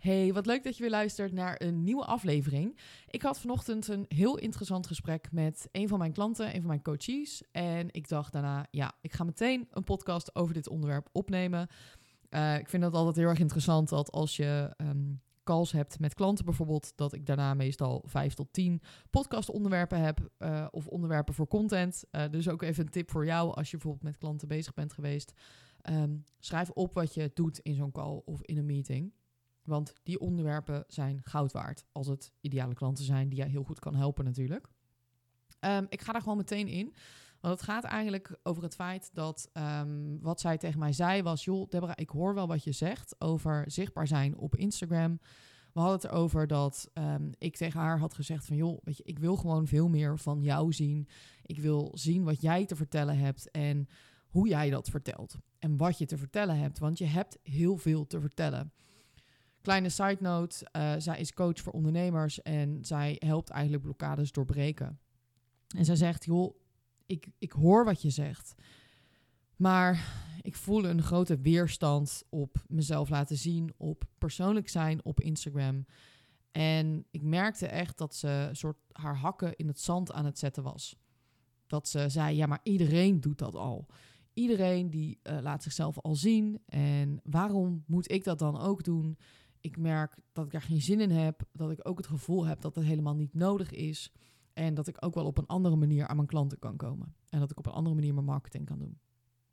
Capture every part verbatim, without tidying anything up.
Hey, wat leuk dat je weer luistert naar een nieuwe aflevering. Ik had vanochtend een heel interessant gesprek met een van mijn klanten, een van mijn coaches. En ik dacht daarna, ja, ik ga meteen een podcast over dit onderwerp opnemen. Uh, ik vind het altijd heel erg interessant dat als je um, calls hebt met klanten bijvoorbeeld, dat ik daarna meestal vijf tot tien podcastonderwerpen heb uh, of onderwerpen voor content. Uh, dus ook even een tip voor jou als je bijvoorbeeld met klanten bezig bent geweest. Um, schrijf op wat je doet in zo'n call of in een meeting. Want die onderwerpen zijn goud waard als het ideale klanten zijn die jij heel goed kan helpen natuurlijk. Um, ik ga daar gewoon meteen in. Want het gaat eigenlijk over het feit dat um, wat zij tegen mij zei was... joh, Deborah, ik hoor wel wat je zegt over zichtbaar zijn op Instagram. We hadden het erover dat um, ik tegen haar had gezegd van... joh, weet je, ik wil gewoon veel meer van jou zien. Ik wil zien wat jij te vertellen hebt en hoe jij dat vertelt. En wat je te vertellen hebt, want je hebt heel veel te vertellen. Kleine side note, uh, zij is coach voor ondernemers en zij helpt eigenlijk blokkades doorbreken. En zij zegt, joh, ik, ik hoor wat je zegt, maar ik voel een grote weerstand op mezelf laten zien, op persoonlijk zijn op Instagram. En ik merkte echt dat ze soort haar hakken in het zand aan het zetten was. Dat ze zei, ja, maar iedereen doet dat al. Iedereen die uh, laat zichzelf al zien en waarom moet ik dat dan ook doen? Ik merk dat ik daar geen zin in heb, dat ik ook het gevoel heb dat het helemaal niet nodig is en dat ik ook wel op een andere manier aan mijn klanten kan komen en dat ik op een andere manier mijn marketing kan doen.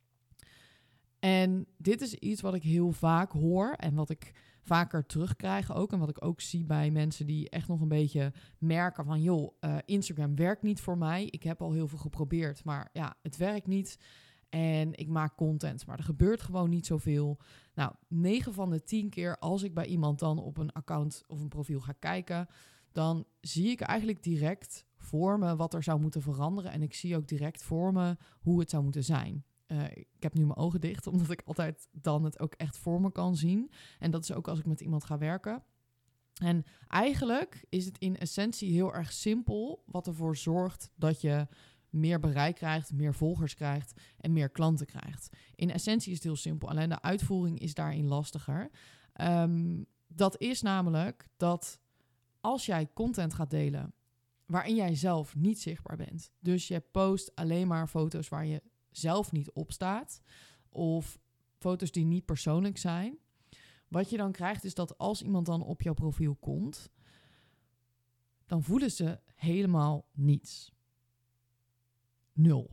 En dit is iets wat ik heel vaak hoor en wat ik vaker terugkrijg ook en wat ik ook zie bij mensen die echt nog een beetje merken van joh, uh, Instagram werkt niet voor mij. Ik heb al heel veel geprobeerd, maar ja, het werkt niet. En ik maak content, maar er gebeurt gewoon niet zoveel. Nou, negen van de tien keer als ik bij iemand dan op een account of een profiel ga kijken, dan zie ik eigenlijk direct voor me wat er zou moeten veranderen. En ik zie ook direct voor me hoe het zou moeten zijn. Uh, ik heb nu mijn ogen dicht, omdat ik altijd dan het ook echt voor me kan zien. En dat is ook als ik met iemand ga werken. En eigenlijk is het in essentie heel erg simpel, wat ervoor zorgt dat je meer bereik krijgt, meer volgers krijgt en meer klanten krijgt. In essentie is het heel simpel, alleen de uitvoering is daarin lastiger. Um, dat is namelijk dat als jij content gaat delen waarin jij zelf niet zichtbaar bent, dus je post alleen maar foto's waar je zelf niet op staat of foto's die niet persoonlijk zijn, wat je dan krijgt is dat als iemand dan op jouw profiel komt, dan voelen ze helemaal niets. Nul.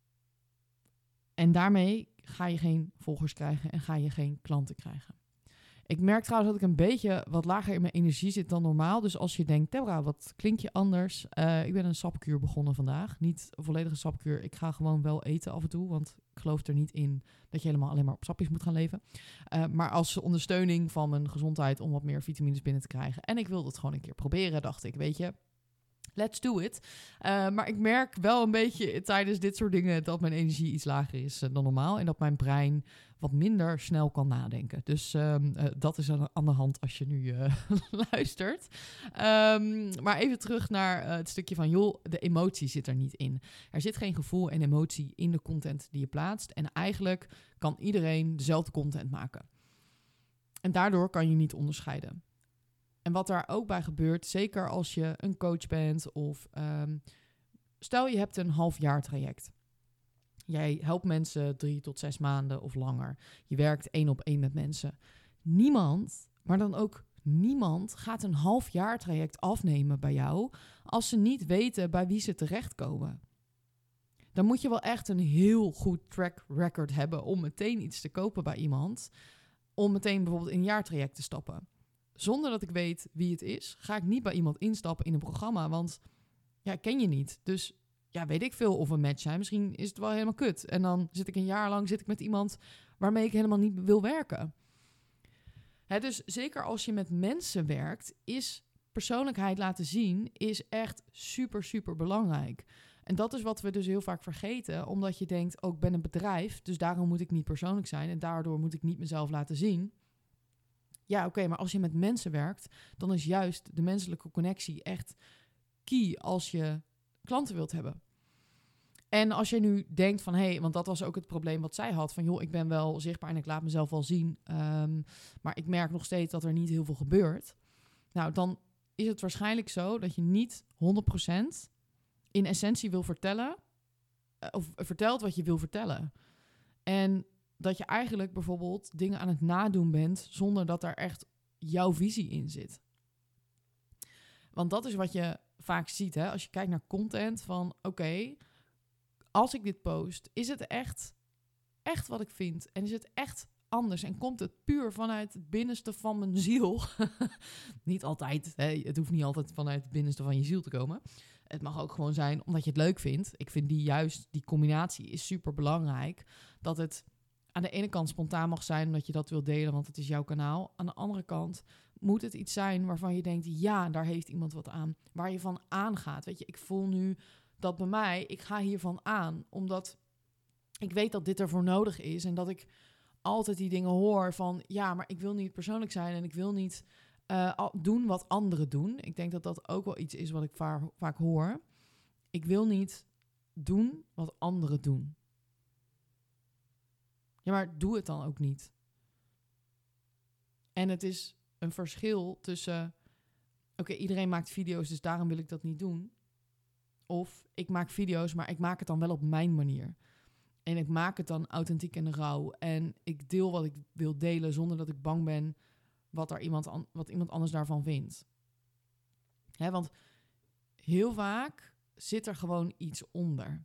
En daarmee ga je geen volgers krijgen en ga je geen klanten krijgen. Ik merk trouwens dat ik een beetje wat lager in mijn energie zit dan normaal. Dus als je denkt, Deborah, wat klink je anders? Uh, ik ben een sapkuur begonnen vandaag. Niet een volledige sapkuur. Ik ga gewoon wel eten af en toe. Want ik geloof er niet in dat je helemaal alleen maar op sapjes moet gaan leven. Uh, maar als ondersteuning van mijn gezondheid om wat meer vitamines binnen te krijgen. En ik wilde het gewoon een keer proberen, dacht ik, weet je. Let's do it. Uh, maar ik merk wel een beetje tijdens dit soort dingen dat mijn energie iets lager is uh, dan normaal. En dat mijn brein wat minder snel kan nadenken. Dus um, uh, dat is aan de hand als je nu uh, luistert. Um, maar even terug naar uh, het stukje van, joh, de emotie zit er niet in. Er zit geen gevoel en emotie in de content die je plaatst. En eigenlijk kan iedereen dezelfde content maken. En daardoor kan je niet onderscheiden. En wat daar ook bij gebeurt, zeker als je een coach bent of um, stel je hebt een halfjaar traject. Jij helpt mensen drie tot zes maanden of langer. Je werkt één op één met mensen. Niemand, maar dan ook niemand gaat een halfjaar traject afnemen bij jou als ze niet weten bij wie ze terechtkomen. Dan moet je wel echt een heel goed track record hebben om meteen iets te kopen bij iemand. Om meteen bijvoorbeeld in een jaartraject te stappen. Zonder dat ik weet wie het is, ga ik niet bij iemand instappen in een programma. Want ja, ik ken je niet. Dus ja, weet ik veel of we een match zijn. Misschien is het wel helemaal kut. En dan zit ik een jaar lang zit ik met iemand waarmee ik helemaal niet wil werken. Hè, dus zeker als je met mensen werkt, is persoonlijkheid laten zien is echt super, super belangrijk. En dat is wat we dus heel vaak vergeten. Omdat je denkt, oh, ik ben een bedrijf, dus daarom moet ik niet persoonlijk zijn. En daardoor moet ik niet mezelf laten zien. Ja, oké, okay, maar als je met mensen werkt, dan is juist de menselijke connectie echt key als je klanten wilt hebben. En als je nu denkt van, hé, hey, want dat was ook het probleem wat zij had. Van, joh, ik ben wel zichtbaar en ik laat mezelf wel zien. Um, maar ik merk nog steeds dat er niet heel veel gebeurt. Nou, dan is het waarschijnlijk zo dat je niet honderd procent in essentie wil vertellen. Uh, of vertelt wat je wil vertellen. En dat je eigenlijk bijvoorbeeld dingen aan het nadoen bent zonder dat er echt jouw visie in zit. Want dat is wat je vaak ziet, hè? Als je kijkt naar content van, oké, okay, als ik dit post, is het echt, echt wat ik vind? En is het echt anders? En komt het puur vanuit het binnenste van mijn ziel? Niet altijd, hè? Het hoeft niet altijd vanuit het binnenste van je ziel te komen. Het mag ook gewoon zijn omdat je het leuk vindt. Ik vind die juist, die combinatie is super belangrijk. Dat het aan de ene kant spontaan mag zijn omdat je dat wil delen, want het is jouw kanaal. Aan de andere kant moet het iets zijn waarvan je denkt, ja, daar heeft iemand wat aan. Waar je van aangaat. Weet je, ik voel nu dat bij mij, ik ga hiervan aan. Omdat ik weet dat dit ervoor nodig is. En dat ik altijd die dingen hoor van, ja, maar ik wil niet persoonlijk zijn. En ik wil niet uh, doen wat anderen doen. Ik denk dat dat ook wel iets is wat ik va- vaak hoor. Ik wil niet doen wat anderen doen. Ja, maar doe het dan ook niet. En het is een verschil tussen, oké, okay, iedereen maakt video's, dus daarom wil ik dat niet doen. Of ik maak video's, maar ik maak het dan wel op mijn manier. En ik maak het dan authentiek en rauw. En ik deel wat ik wil delen zonder dat ik bang ben wat, er iemand, an- wat iemand anders daarvan vindt. Hè, want heel vaak zit er gewoon iets onder.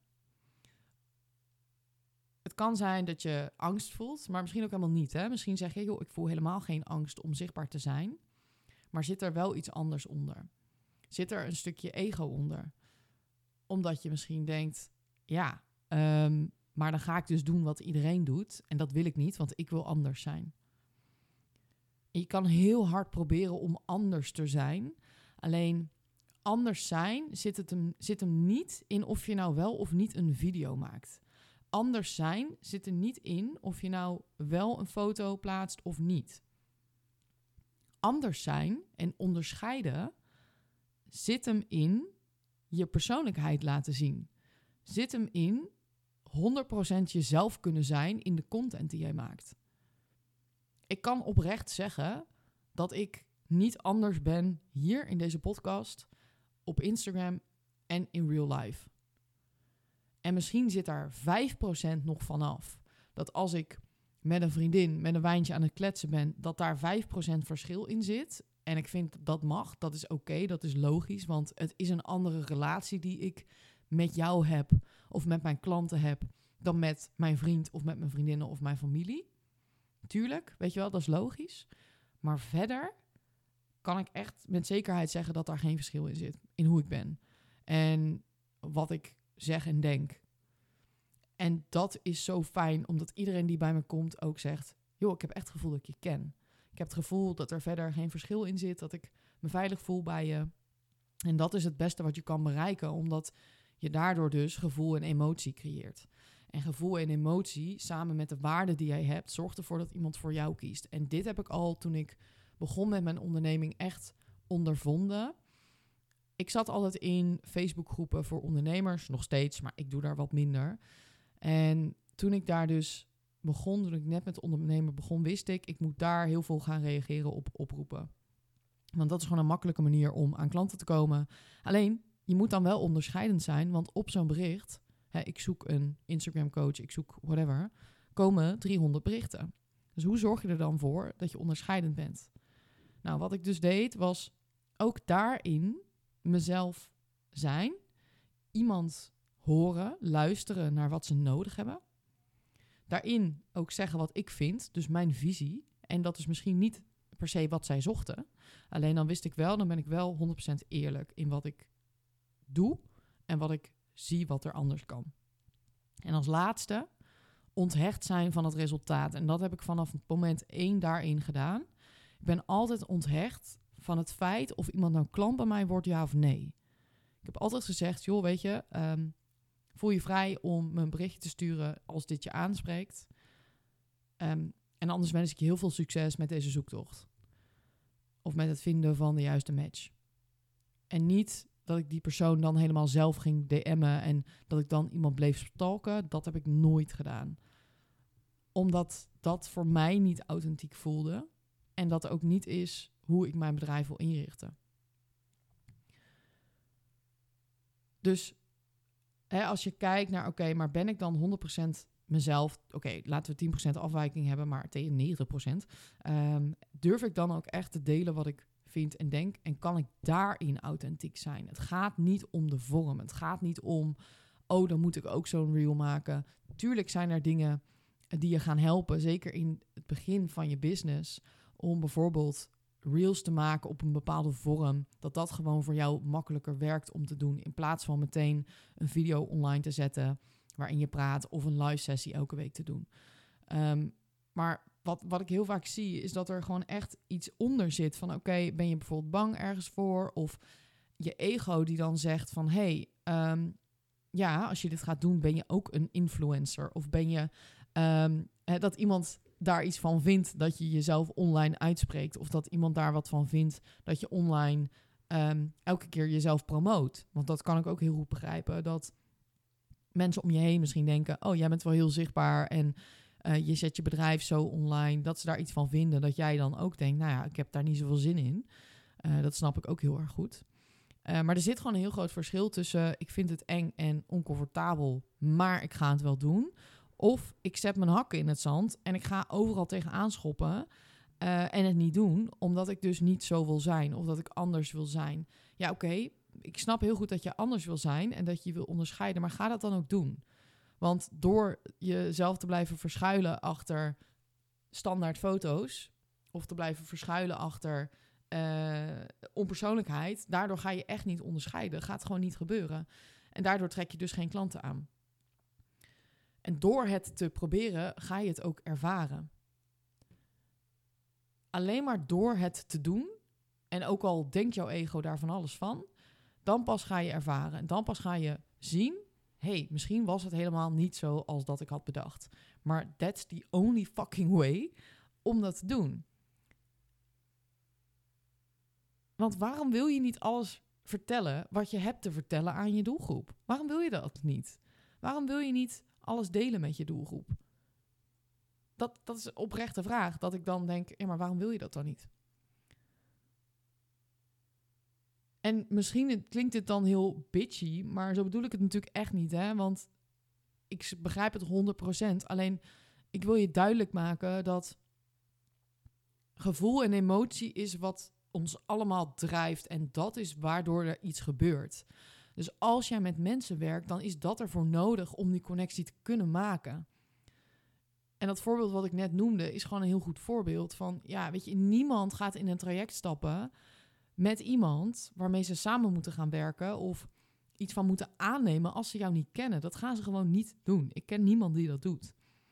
Het kan zijn dat je angst voelt, maar misschien ook helemaal niet. Hè? Misschien zeg je, joh, ik voel helemaal geen angst om zichtbaar te zijn. Maar zit er wel iets anders onder? Zit er een stukje ego onder? Omdat je misschien denkt, ja, um, maar dan ga ik dus doen wat iedereen doet. En dat wil ik niet, want ik wil anders zijn. En je kan heel hard proberen om anders te zijn. Alleen anders zijn zit, het hem, zit hem niet in of je nou wel of niet een video maakt. Anders zijn zit er niet in of je nou wel een foto plaatst of niet. Anders zijn en onderscheiden zit hem in je persoonlijkheid laten zien. Zit hem in honderd procent jezelf kunnen zijn in de content die jij maakt. Ik kan oprecht zeggen dat ik niet anders ben hier in deze podcast, op Instagram en in real life. En misschien zit daar vijf procent nog vanaf. Dat als ik met een vriendin, met een wijntje aan het kletsen ben, dat daar vijf procent verschil in zit. En ik vind dat mag, dat is oké, okay, dat is logisch. Want het is een andere relatie die ik met jou heb of met mijn klanten heb dan met mijn vriend of met mijn vriendinnen of mijn familie. Tuurlijk, weet je wel, dat is logisch. Maar verder kan ik echt met zekerheid zeggen dat daar geen verschil in zit. In hoe ik ben. En wat ik zeg en denk. En dat is zo fijn, omdat iedereen die bij me komt ook zegt, joh, ik heb echt het gevoel dat ik je ken. Ik heb het gevoel dat er verder geen verschil in zit, dat ik me veilig voel bij je. En dat is het beste wat je kan bereiken, omdat je daardoor dus gevoel en emotie creëert. En gevoel en emotie, samen met de waarde die jij hebt, zorgt ervoor dat iemand voor jou kiest. En dit heb ik al toen ik begon met mijn onderneming echt ondervonden. Ik zat altijd in Facebookgroepen voor ondernemers, nog steeds, maar ik doe daar wat minder. En toen ik daar dus begon, toen ik net met ondernemen begon, wist ik, ik moet daar heel veel gaan reageren op oproepen. Want dat is gewoon een makkelijke manier om aan klanten te komen. Alleen, je moet dan wel onderscheidend zijn, want op zo'n bericht, hè, ik zoek een Instagram coach, ik zoek whatever, komen driehonderd berichten. Dus hoe zorg je er dan voor dat je onderscheidend bent? Nou, wat ik dus deed, was ook daarin mezelf zijn, iemand horen, luisteren naar wat ze nodig hebben. Daarin ook zeggen wat ik vind, dus mijn visie. En dat is misschien niet per se wat zij zochten. Alleen dan wist ik wel, dan ben ik wel honderd procent eerlijk in wat ik doe en wat ik zie wat er anders kan. En als laatste, onthecht zijn van het resultaat. En dat heb ik vanaf moment één daarin gedaan. Ik ben altijd onthecht van het feit of iemand nou klant bij mij wordt, ja of nee. Ik heb altijd gezegd, joh, weet je, um, voel je vrij om me een berichtje te sturen als dit je aanspreekt. Um, en anders wens ik je heel veel succes met deze zoektocht. Of met het vinden van de juiste match. En niet dat ik die persoon dan helemaal zelf ging D M'en en dat ik dan iemand bleef stalken, dat heb ik nooit gedaan. Omdat dat voor mij niet authentiek voelde en dat ook niet is hoe ik mijn bedrijf wil inrichten. Dus hè, als je kijkt naar, oké, okay, maar ben ik dan honderd procent mezelf? Oké, okay, laten we tien procent afwijking hebben, maar tegen negentig procent. Um, durf ik dan ook echt te delen wat ik vind en denk? En kan ik daarin authentiek zijn? Het gaat niet om de vorm. Het gaat niet om, oh, dan moet ik ook zo'n reel maken. Tuurlijk zijn er dingen die je gaan helpen, zeker in het begin van je business, om bijvoorbeeld reels te maken op een bepaalde vorm, dat dat gewoon voor jou makkelijker werkt om te doen, in plaats van meteen een video online te zetten waarin je praat of een live sessie elke week te doen. Um, maar wat, wat ik heel vaak zie, is dat er gewoon echt iets onder zit van, oké, okay, ben je bijvoorbeeld bang ergens voor? Of je ego die dan zegt van, hé, hey, um, ja, als je dit gaat doen, ben je ook een influencer. Of ben je um, hè, dat iemand daar iets van vindt dat je jezelf online uitspreekt. Of dat iemand daar wat van vindt dat je online um, elke keer jezelf promoot. Want dat kan ik ook heel goed begrijpen. Dat mensen om je heen misschien denken, oh, jij bent wel heel zichtbaar en uh, je zet je bedrijf zo online. Dat ze daar iets van vinden. Dat jij dan ook denkt, nou ja, ik heb daar niet zoveel zin in. Uh, dat snap ik ook heel erg goed. Uh, maar er zit gewoon een heel groot verschil tussen, ik vind het eng en oncomfortabel, maar ik ga het wel doen. Of ik zet mijn hakken in het zand en ik ga overal tegenaan schoppen uh, en het niet doen, omdat ik dus niet zo wil zijn of dat ik anders wil zijn. Ja, oké, okay, ik snap heel goed dat je anders wil zijn en dat je wil onderscheiden, maar ga dat dan ook doen. Want door jezelf te blijven verschuilen achter standaard foto's of te blijven verschuilen achter uh, onpersoonlijkheid, daardoor ga je echt niet onderscheiden. Dat gaat gewoon niet gebeuren. En daardoor trek je dus geen klanten aan. En door het te proberen, ga je het ook ervaren. Alleen maar door het te doen, en ook al denkt jouw ego daar van alles van, dan pas ga je ervaren. En dan pas ga je zien, hé, hey, misschien was het helemaal niet zo als dat ik had bedacht. Maar that's the only fucking way om dat te doen. Want waarom wil je niet alles vertellen wat je hebt te vertellen aan je doelgroep? Waarom wil je dat niet? Waarom wil je niet alles delen met je doelgroep? Dat, dat is een oprechte vraag. Dat ik dan denk, ja, maar waarom wil je dat dan niet? En misschien klinkt dit dan heel bitchy, maar zo bedoel ik het natuurlijk echt niet, hè? Want ik begrijp het honderd procent. Alleen, ik wil je duidelijk maken dat gevoel en emotie is wat ons allemaal drijft. En dat is waardoor er iets gebeurt. Dus als jij met mensen werkt, dan is dat ervoor nodig om die connectie te kunnen maken. En dat voorbeeld wat ik net noemde is gewoon een heel goed voorbeeld van, ja, weet je, niemand gaat in een traject stappen met iemand waarmee ze samen moeten gaan werken of iets van moeten aannemen als ze jou niet kennen. Dat gaan ze gewoon niet doen. Ik ken niemand die dat doet.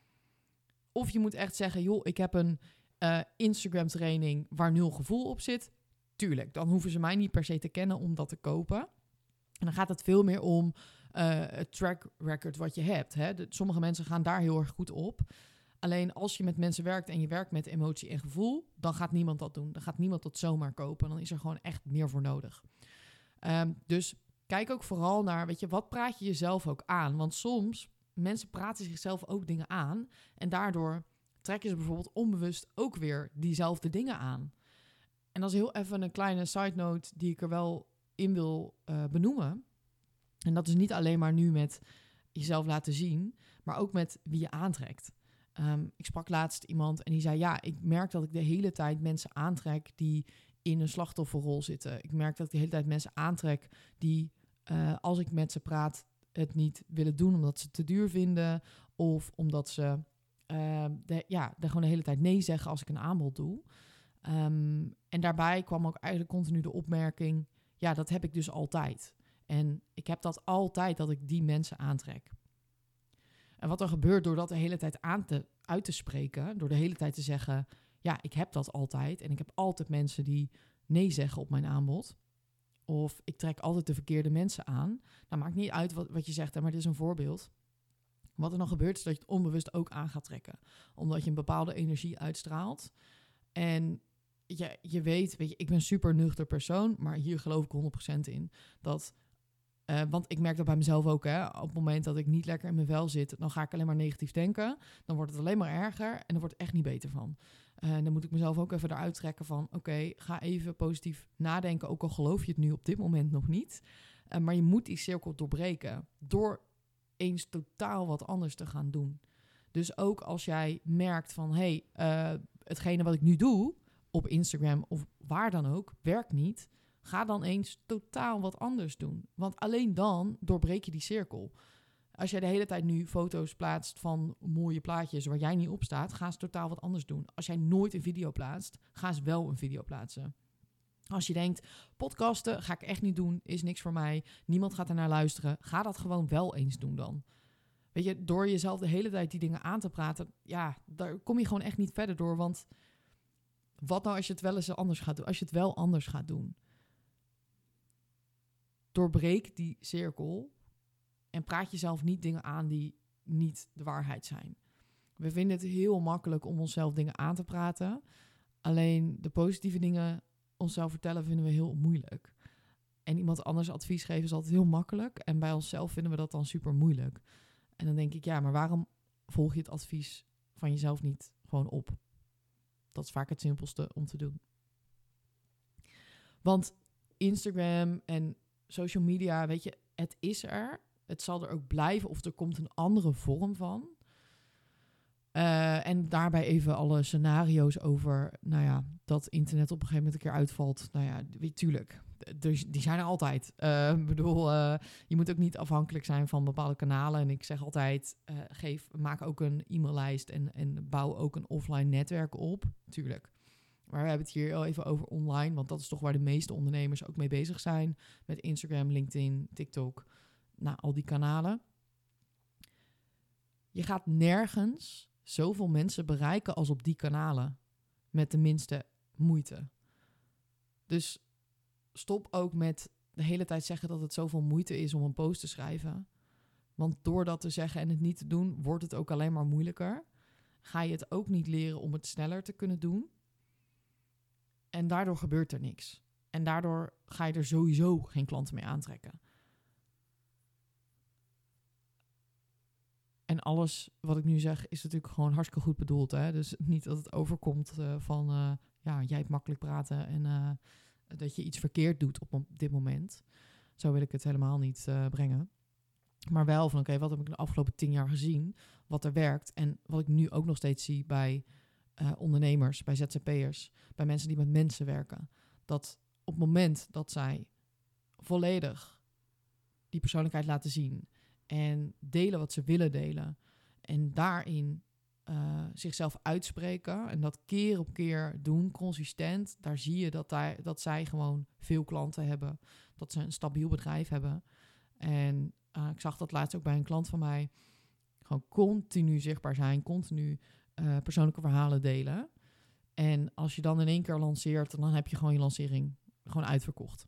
Of je moet echt zeggen, joh, ik heb een uh, Instagram training waar nul gevoel op zit. Tuurlijk, dan hoeven ze mij niet per se te kennen om dat te kopen. En dan gaat het veel meer om uh, het track record wat je hebt. Hè? De, sommige mensen gaan daar heel erg goed op. Alleen als je met mensen werkt en je werkt met emotie en gevoel, dan gaat niemand dat doen. Dan gaat niemand dat zomaar kopen. Dan is er gewoon echt meer voor nodig. Um, dus kijk ook vooral naar, weet je, wat praat je jezelf ook aan? Want soms, mensen praten zichzelf ook dingen aan. En daardoor trekken ze bijvoorbeeld onbewust ook weer diezelfde dingen aan. En dat is heel even een kleine side note die ik er wel in wil uh, benoemen. En dat is niet alleen maar nu met jezelf laten zien, maar ook met wie je aantrekt. Um, ik sprak laatst iemand en die zei, ja, ik merk dat ik de hele tijd mensen aantrek die in een slachtofferrol zitten. Ik merk dat ik de hele tijd mensen aantrek die, uh, als ik met ze praat, het niet willen doen omdat ze het te duur vinden of omdat ze uh, de, ja, de gewoon de hele tijd nee zeggen als ik een aanbod doe. Um, en daarbij kwam ook eigenlijk continu de opmerking, ja, dat heb ik dus altijd. En ik heb dat altijd, dat ik die mensen aantrek. En wat er gebeurt door dat de hele tijd aan te, uit te spreken, door de hele tijd te zeggen, ja, ik heb dat altijd. En ik heb altijd mensen die nee zeggen op mijn aanbod. Of ik trek altijd de verkeerde mensen aan. Nou, maakt niet uit wat, wat je zegt, hè, maar dit is een voorbeeld. Wat er dan gebeurt is dat je het onbewust ook aan gaat trekken. Omdat je een bepaalde energie uitstraalt. En je, je weet, weet je, ik ben een super nuchter persoon, maar hier geloof ik honderd procent in. Dat, uh, want ik merk dat bij mezelf ook, hè. Op het moment dat ik niet lekker in mijn vel zit, dan ga ik alleen maar negatief denken. Dan wordt het alleen maar erger en dan wordt het echt niet beter van. Uh, dan moet ik mezelf ook even eruit trekken van, oké, okay, ga even positief nadenken, ook al geloof je het nu op dit moment nog niet. Uh, maar je moet die cirkel doorbreken door eens totaal wat anders te gaan doen. Dus ook als jij merkt van, hé, hey, uh, hetgene wat ik nu doe op Instagram of waar dan ook, werkt niet. Ga dan eens totaal wat anders doen. Want alleen dan doorbreek je die cirkel. Als jij de hele tijd nu foto's plaatst van mooie plaatjes waar jij niet op staat, ga eens totaal wat anders doen. Als jij nooit een video plaatst, ga eens wel een video plaatsen. Als je denkt, podcasten ga ik echt niet doen, is niks voor mij. Niemand gaat er naar luisteren. Ga dat gewoon wel eens doen dan. Weet je, door jezelf de hele tijd die dingen aan te praten, ja, daar kom je gewoon echt niet verder door. Want wat nou als je het wel eens anders gaat doen? Als je het wel anders gaat doen. Doorbreek die cirkel en praat jezelf niet dingen aan die niet de waarheid zijn. We vinden het heel makkelijk om onszelf dingen aan te praten. Alleen de positieve dingen onszelf vertellen vinden we heel moeilijk. En iemand anders advies geven is altijd heel makkelijk. En bij onszelf vinden we dat dan super moeilijk. En dan denk ik, ja, maar waarom volg je het advies van jezelf niet gewoon op? Dat is vaak het simpelste om te doen. Want Instagram en social media, weet je, het is er. Het zal er ook blijven of er komt een andere vorm van. Uh, en daarbij even alle scenario's over, nou ja, dat internet op een gegeven moment een keer uitvalt. Nou ja, tuurlijk, dus die zijn er altijd. Uh, ik bedoel, uh, je moet ook niet afhankelijk zijn van bepaalde kanalen. En ik zeg altijd, uh, geef, maak ook een e-maillijst en, en bouw ook een offline netwerk op. Tuurlijk. Maar we hebben het hier al even over online, want dat is toch waar de meeste ondernemers ook mee bezig zijn. Met Instagram, LinkedIn, TikTok, nou, al die kanalen. Je gaat nergens zoveel mensen bereiken als op die kanalen. Met de minste moeite. Dus stop ook met de hele tijd zeggen dat het zoveel moeite is om een post te schrijven. Want door dat te zeggen en het niet te doen, wordt het ook alleen maar moeilijker. Ga je het ook niet leren om het sneller te kunnen doen. En daardoor gebeurt er niks. En daardoor ga je er sowieso geen klanten mee aantrekken. En alles wat ik nu zeg is natuurlijk gewoon hartstikke goed bedoeld. Hè? Dus niet dat het overkomt uh, van, uh, ja, jij hebt makkelijk praten en uh, dat je iets verkeerd doet op dit moment. Zo wil ik het helemaal niet uh, brengen. Maar wel van, oké, okay, wat heb ik de afgelopen tien jaar gezien? Wat er werkt en wat ik nu ook nog steeds zie bij uh, ondernemers, bij Z Z P'ers, bij mensen die met mensen werken. Dat op het moment dat zij volledig die persoonlijkheid laten zien en delen wat ze willen delen en daarin uh, zichzelf uitspreken en dat keer op keer doen, consistent, daar zie je dat, daar, dat zij gewoon veel klanten hebben, dat ze een stabiel bedrijf hebben. En uh, ik zag dat laatst ook bij een klant van mij, gewoon continu zichtbaar zijn, continu uh, persoonlijke verhalen delen. En als je dan in één keer lanceert, dan heb je gewoon je lancering gewoon uitverkocht.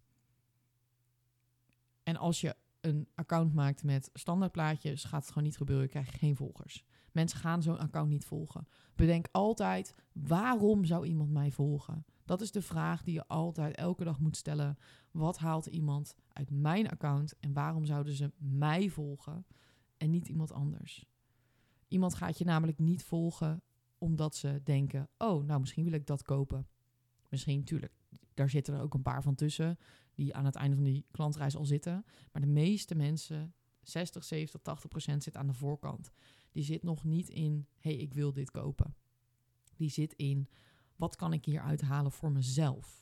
En als je een account maakt met standaardplaatjes, gaat het gewoon niet gebeuren. Je krijgt geen volgers. Mensen gaan zo'n account niet volgen. Bedenk altijd, waarom zou iemand mij volgen? Dat is de vraag die je altijd elke dag moet stellen. Wat haalt iemand uit mijn account en waarom zouden ze mij volgen en niet iemand anders? Iemand gaat je namelijk niet volgen omdat ze denken, oh, nou misschien wil ik dat kopen. Misschien, tuurlijk, daar zitten er ook een paar van tussen die aan het einde van die klantreis al zitten. Maar de meeste mensen, zestig, zeventig, tachtig procent zit aan de voorkant. Die zit nog niet in, hé, hey, ik wil dit kopen. Die zit in, wat kan ik hier uithalen voor mezelf?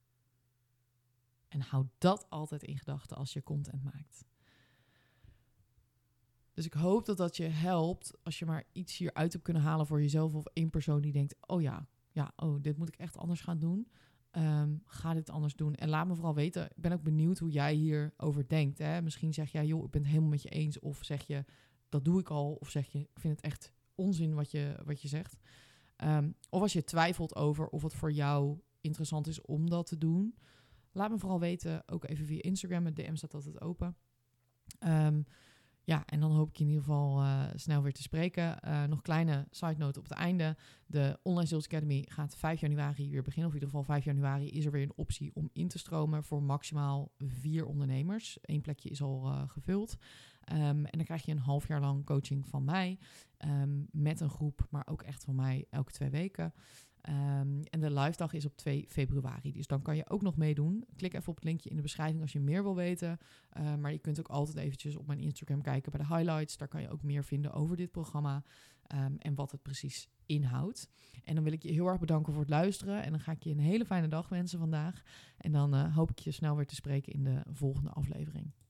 En hou dat altijd in gedachten als je content maakt. Dus ik hoop dat dat je helpt als je maar iets hieruit hebt kunnen halen voor jezelf of één persoon die denkt, oh ja, ja, oh, dit moet ik echt anders gaan doen. Um, ga dit anders doen. En laat me vooral weten, ik ben ook benieuwd hoe jij hierover denkt. Hè? Misschien zeg jij, joh, ik ben het helemaal met je eens. Of zeg je, dat doe ik al. Of zeg je, ik vind het echt onzin wat je, wat je zegt. Um, of als je twijfelt over of het voor jou interessant is om dat te doen. Laat me vooral weten, ook even via Instagram. Het D M staat altijd open. Um, Ja, en dan hoop ik je in ieder geval uh, snel weer te spreken. Uh, nog kleine side note op het einde. De Online Sales Academy gaat vijf januari weer beginnen. Of in ieder geval vijf januari is er weer een optie om in te stromen voor maximaal vier ondernemers. Eén plekje is al uh, gevuld. Um, en dan krijg je een half jaar lang coaching van mij. Um, met een groep, maar ook echt van mij elke twee weken. Um, en de live dag is op twee februari. Dus dan kan je ook nog meedoen. Klik even op het linkje in de beschrijving als je meer wil weten. Uh, maar je kunt ook altijd eventjes op mijn Instagram kijken bij de highlights. Daar kan je ook meer vinden over dit programma. Um, en wat het precies inhoudt. En dan wil ik je heel erg bedanken voor het luisteren. En dan ga ik je een hele fijne dag wensen vandaag. En dan uh, hoop ik je snel weer te spreken in de volgende aflevering.